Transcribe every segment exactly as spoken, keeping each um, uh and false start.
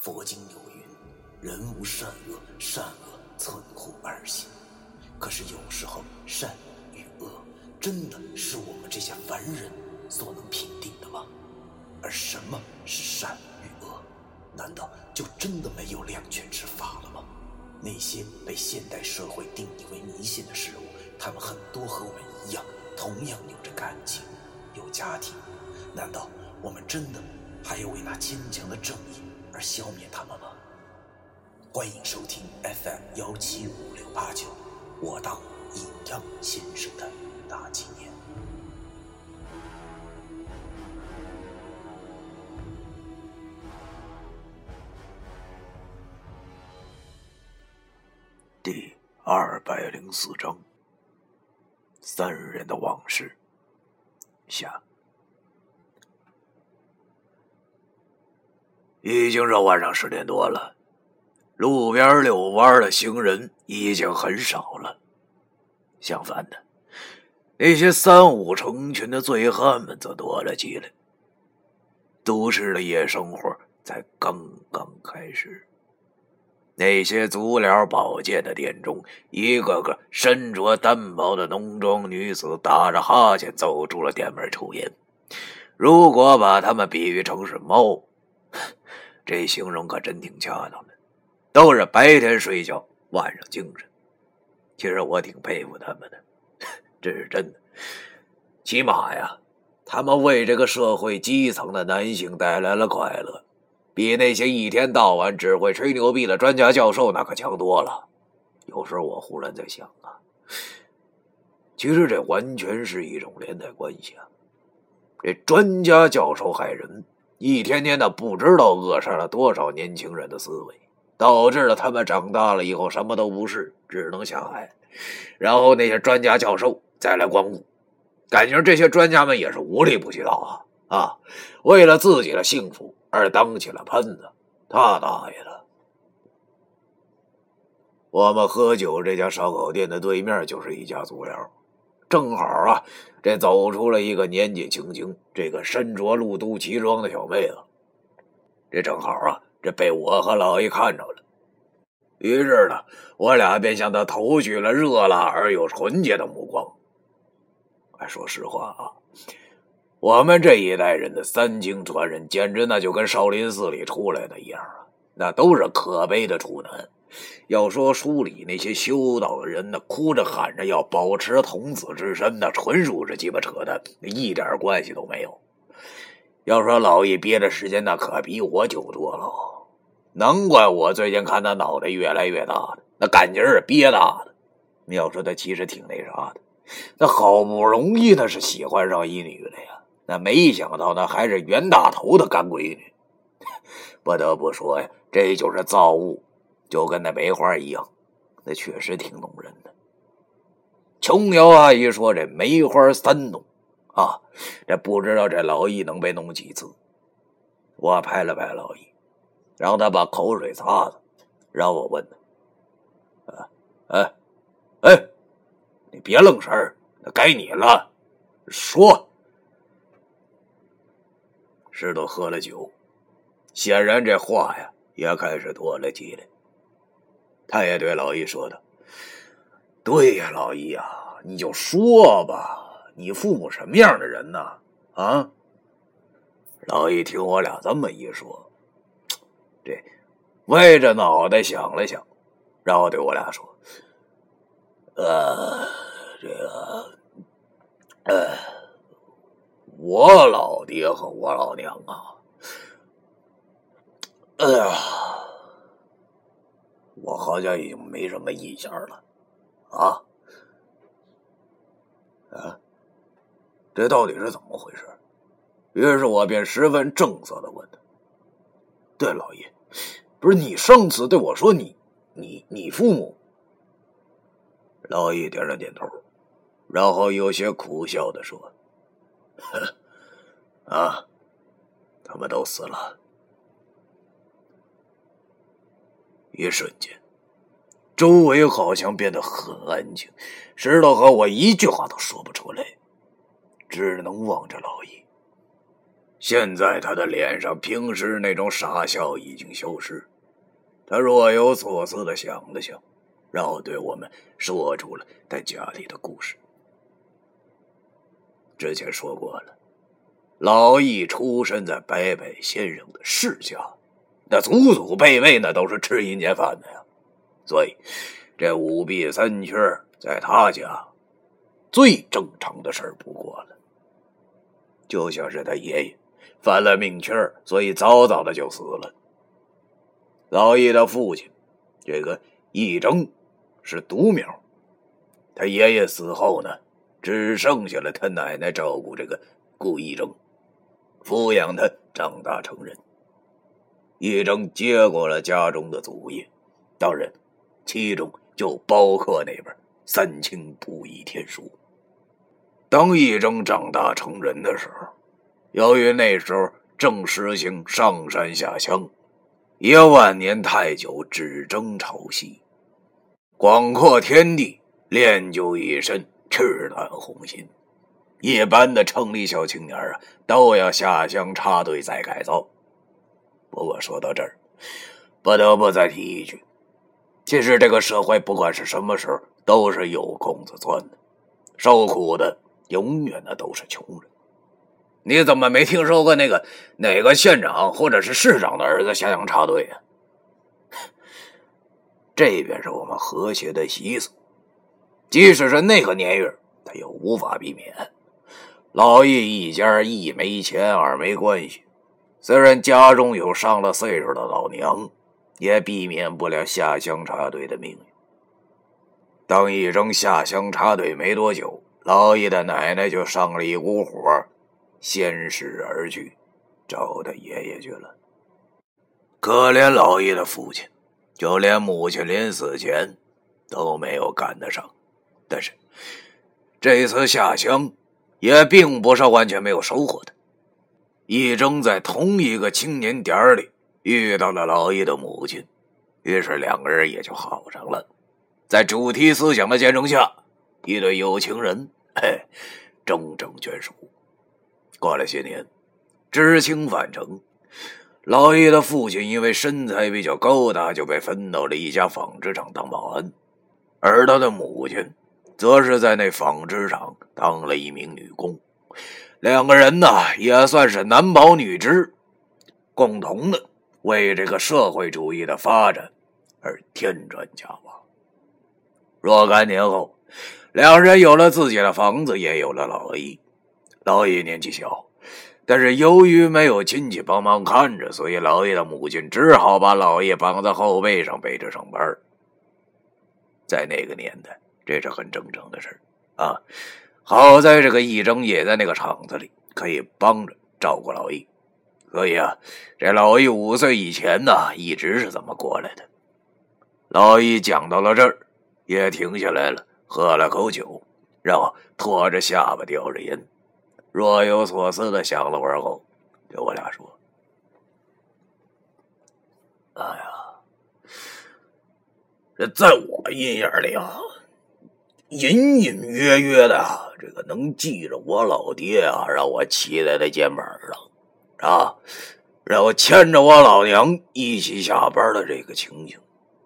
佛经有云，人无善恶，善恶存乎二心。可是有时候善与恶真的是我们这些凡人所能评定的吗？而什么是善与恶？难道就真的没有两全之法了吗？那些被现代社会定义为迷信的事物，他们很多和我们一样，同样有着感情，有家庭。难道我们真的还要为那坚强的正义而消灭他们吗？欢迎收听 F M 一七五六八九，我当阴阳先生的大纪念。第二百零四章，三人的往事下。已经是晚上十点多了，路边遛弯的行人已经很少了。相反的，那些三五成群的醉汉们则多了起来。都市的夜生活才刚刚开始。那些足疗保健的店中，一个个身着单薄的浓妆女子打着哈欠走出了店门抽烟。如果把他们比喻成是猫，这形容可真挺恰当的，都是白天睡觉，晚上精神。其实我挺佩服他们的，这是真的。起码呀，他们为这个社会基层的男性带来了快乐，比那些一天到晚只会吹牛逼的专家教授那可强多了。有时候我忽然在想啊，其实这完全是一种连带关系啊。这专家教授害人，一天天的不知道扼杀了多少年轻人的思维，导致了他们长大了以后什么都不是，只能下海。然后那些专家教授再来光顾，感觉这些专家们也是无利不起道啊啊！为了自己的幸福而当起了喷子，他大爷的！我们喝酒这家烧烤店的对面就是一家足疗，正好啊，这走出了一个年纪轻轻、这个身着露肚奇装的小妹子。这正好啊，这被我和老姨看着了。于是呢，我俩便向他投去了热辣而又纯洁的目光。哎，说实话啊，我们这一代人的三经传人，简直那就跟少林寺里出来的一样啊，那都是可悲的处男。要说书里那些修道的人呢，哭着喊着要保持童子之身，那纯属是鸡巴扯淡，一点关系都没有。要说老易憋的时间那可比我久多了，难怪我最近看他脑袋越来越大的，那感觉是憋大的。要说他其实挺那啥的，那好不容易他是喜欢上一女的呀，那没想到那还是袁大头的干闺女。不得不说呀，这就是造物，就跟那梅花一样，那确实挺动人的。琼瑶阿姨说这梅花三弄啊，这不知道这老易能被弄几次。我拍了拍老易，让他把口水擦擦，让我问他：啊哎哎，你别愣神儿，那该你了，说。石头喝了酒，显然这话呀也开始多了起来。他也对老易说道：对呀，老易啊，你就说吧，你父母什么样的人呢？啊？老易听我俩这么一说，这歪着脑袋想了想，然后对我俩说：呃，这个，呃，我老爹和我老娘啊，哎呀，我好像已经没什么印象了，啊，啊，这到底是怎么回事？于是我便十分正色的问他：对，老爷，不是你上次对我说你你你父母？老爷点了点头，然后有些苦笑的说：啊，他们都死了。一瞬间，周围好像变得很安静，石头和我一句话都说不出来，只能望着老易。 现在他的脸上平时那种傻笑已经消失，他若有所思地想了想，然后对我们说出了他家里的故事。之前说过了，老易出身在白百先生的世家，那祖祖辈辈那都是吃阴间饭的呀，所以这五弊三缺在他家最正常的事儿不过了。就像是他爷爷犯了命缺，所以早早的就死了。老易的父亲这个易征是独苗，他爷爷死后呢，只剩下了他奶奶照顾这个顾易征，抚养他长大成人。易征接过了家中的祖业，当然其中就包括那本三清布衣天书。当易征长大成人的时候，由于那时候正实行上山下乡，也万年太久，只争朝夕，广阔天地练就一身赤胆红心，一般的城里小青年啊，都要下乡插队再改造。不过说到这儿，不得不再提一句，其实这个社会不管是什么时候，都是有空子钻的，受苦的永远的都是穷人。你怎么没听说过那个哪个县长或者是市长的儿子下乡插队啊？这便是我们和谐的习俗，即使是那个年月，他也无法避免。老易一家一没钱二没关系，虽然家中有上了岁数的老娘，也避免不了下乡插队的命运。当易征下乡插队没多久，老易的奶奶就上了一股火，先逝而去，找他爷爷去了。可怜老易的父亲，就连母亲临死前都没有赶得上。但是这次下乡也并不是完全没有收获的。易征在同一个青年点里遇到了老易的母亲，于是两个人也就好上了。在主题思想的见证下，一对有情人嘿，终成眷属。过了些年，知青返城，老易的父亲因为身材比较高大，就被分到了一家纺织厂当保安，而他的母亲则是在那纺织厂当了一名女工。两个人呢，也算是男保女织，共同的为这个社会主义的发展而添砖加瓦。若干年后，两人有了自己的房子，也有了老易。老易年纪小，但是由于没有亲戚帮忙看着，所以老易的母亲只好把老易绑在后背上背着上班。在那个年代，这是很正常的事啊。好在这个易征也在那个厂子里，可以帮着照顾老易，所以啊，这老易五岁以前呢，一直是这么过来的。老易讲到了这儿，也停下来了，喝了口酒，然后拖着下巴叼着烟，若有所思的想了会儿后，对我俩说：“哎呀，这在我印象里啊，隐隐约约的啊，这个能记着我老爹啊，让我骑在他肩膀上啊，然后牵着我老娘一起下班的这个情形。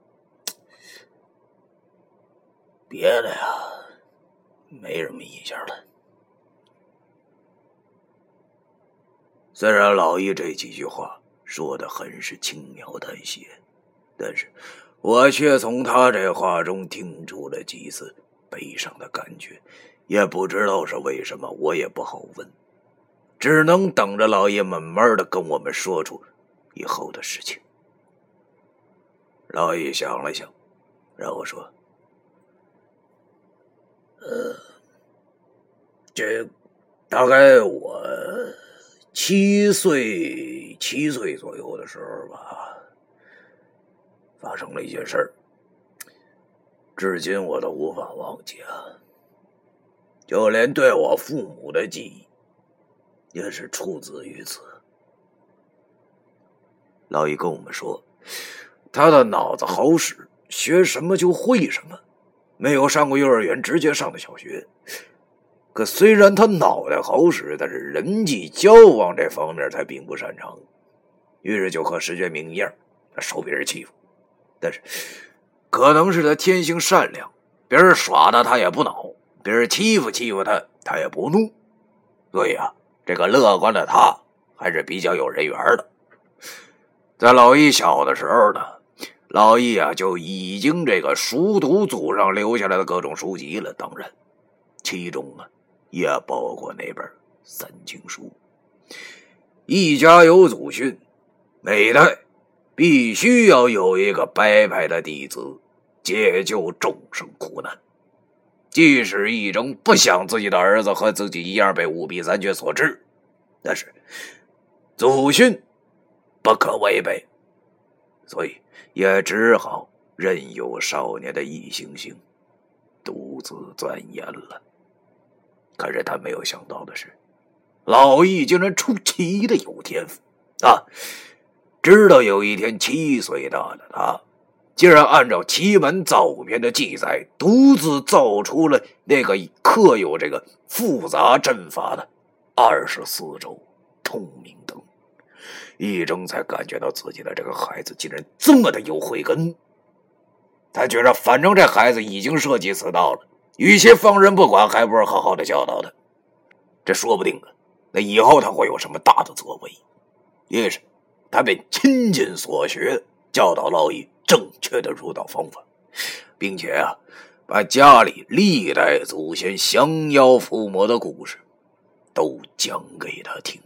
别的呀，没什么印象了。”虽然老易这几句话说的很是轻描淡写，但是我却从他这话中听出了几丝悲伤的感觉，也不知道是为什么，我也不好问，只能等着老爷慢慢的跟我们说出以后的事情。老爷想了想，然后说：“呃，这大概我七岁七岁左右的时候吧，发生了一件事儿，至今我都无法忘记啊。就连对我父母的记忆，也是出自于此。”老易跟我们说，他的脑子好使，学什么就会什么，没有上过幼儿园，直接上的小学。 可虽然他脑袋好使，但是人际交往这方面他并不擅长，于是就和石觉明一样，他受别人欺负。但是可能是他天性善良，别人耍他他也不恼，别人欺负欺负他他也不怒，所以啊，这个乐观的他还是比较有人缘的。在老易小的时候呢，老易啊就已经这个熟读祖上留下来的各种书籍了，当然其中啊也包括那本三经书。一家有祖训，每代必须要有一个白派的弟子解救众生苦难。即使义征不想自己的儿子和自己一样被五弊三绝所致，但是祖训不可违背，所以也只好任由少年的易行星独自钻研了。可是他没有想到的是，老易竟然出奇的有天赋啊！直到有一天，七岁大的他竟然按照奇门造物篇的记载，独自造出了那个刻有这个复杂阵法的二十四轴通明灯。易征才感觉到自己的这个孩子竟然这么的有慧根。他觉得反正这孩子已经涉及此道了，与其放任不管，还不如好好的教导他。这说不定啊，那以后他会有什么大的作为。于是他便倾尽所学，教导老易正确的入道方法，并且啊，把家里历代祖先降妖伏魔的故事都讲给他听。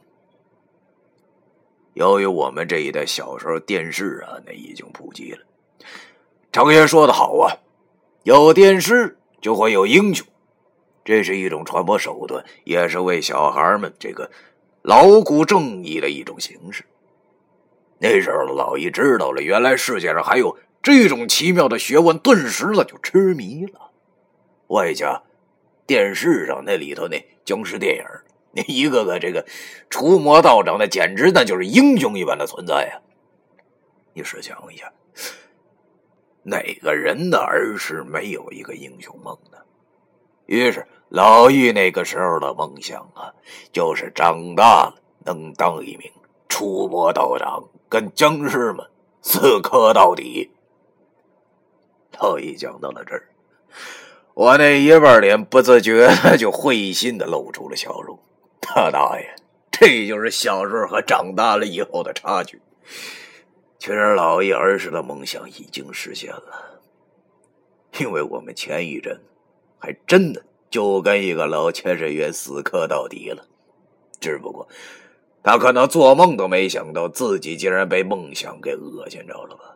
由于我们这一代小时候电视啊，那已经普及了。常言说得好啊，有电视就会有英雄，这是一种传播手段，也是为小孩们这个牢固正义的一种形式。那时候老易知道了，原来世界上还有这种奇妙的学问，顿时呢就痴迷了。外加电视上那里头那僵尸电影，那一个个这个除魔道长的，简直那就是英雄一般的存在啊！你试想一下，哪个人的儿时没有一个英雄梦呢？于是老易那个时候的梦想啊，就是长大了能当一名除魔道长，跟僵尸们死磕到底。老易讲到了这儿，我那爷们脸不自觉的就会心的露出了笑容。他大爷，这就是小时候和长大了以后的差距。其实老易儿时的梦想已经实现了，因为我们前一阵还真的就跟一个老潜水员死磕到底了，只不过他可能做梦都没想到自己竟然被梦想给恶心着了吧。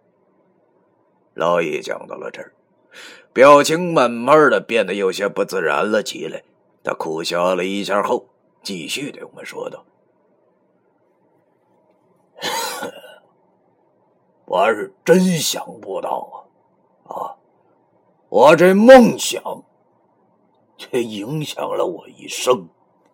老易讲到了这儿，表情慢慢的变得有些不自然了起来，他苦笑了一下后继续对我们说道，我是真想不到啊啊！我这梦想却影响了我一生。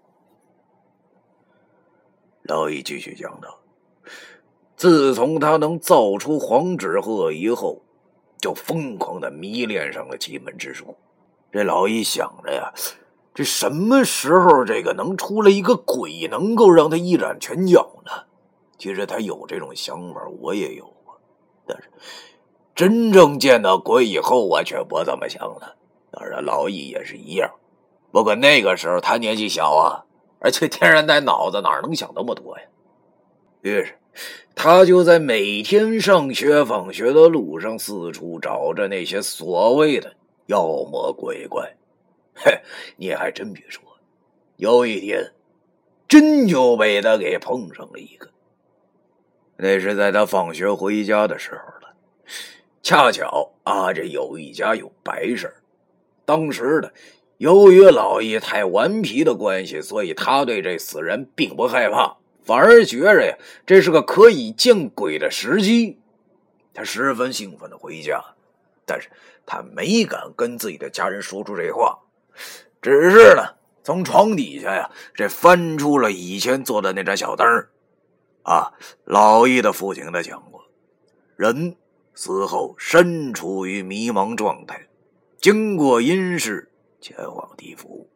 老易继续讲道，自从他能造出黄纸鹤以后，就疯狂的迷恋上了奇门之术。这老易想着呀，这什么时候这个能出来一个鬼能够让他一展拳脚呢？其实他有这种想法，我也有啊，但是真正见到鬼以后，我却不这么想了。当然老易也是一样，不过那个时候他年纪小啊，而且天然呆脑子哪能想那么多呀。于是他就在每天上学放学的路上四处找着那些所谓的妖魔鬼怪。嘿，你还真别说，有一天真就被他给碰上了一个。那是在他放学回家的时候了，恰巧啊，这有一家有白事。当时呢，由于老易太顽皮的关系，所以他对这死人并不害怕，反而觉着呀，这是个可以见鬼的时机。他十分兴奋的回家，但是他没敢跟自己的家人说出这话，只是呢，从床底下呀，这翻出了以前做的那盏小灯啊。老易的父亲跟他讲过，人死后身处于迷茫状态，经过阴世前往地府，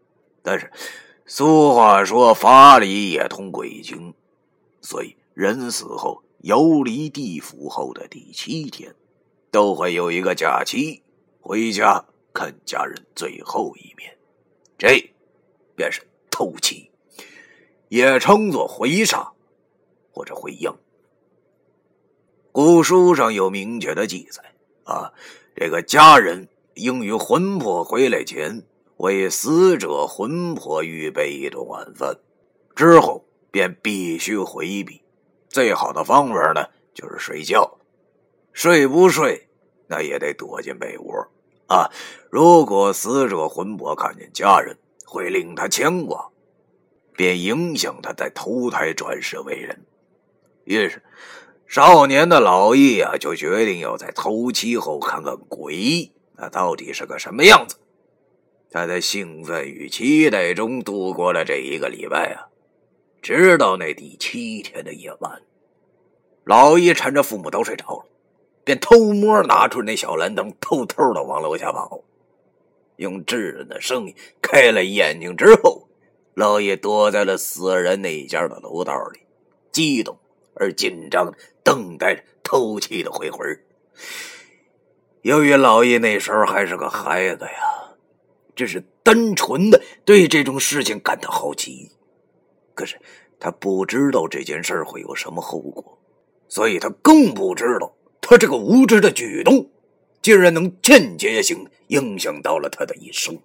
但是俗话说法理也通鬼经，所以人死后游离地府后的第七天，都会有一个假期回家看家人最后一面，这便是头七，也称作回煞或者回阳。古书上有明确的记载啊，这个家人应于魂魄回来前为死者魂魄预备一顿晚饭，之后便必须回避。最好的方法呢，就是睡觉。睡不睡，那也得躲进被窝啊。如果死者魂魄看见家人，会令他牵挂，便影响他在投胎转世为人。于是，少年的老易啊，就决定要在头七后看看鬼那到底是个什么样子。他在兴奋与期待中度过了这一个礼拜啊，直到那第七天的夜晚，老易趁着父母都睡着了，便偷摸拿出那小蓝灯，偷偷的往楼下跑。用稚嫩的声音开了眼睛之后，老爷躲在了死人那家的楼道里，激动而紧张的等待着头七的回魂。由于老爷那时候还是个孩子呀，只是单纯的对这种事情感到好奇，可是他不知道这件事会有什么后果，所以他更不知道他这个无知的举动竟然能间接性影响到了他的一生。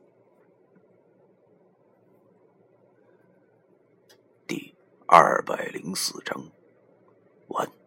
第二百零四章完。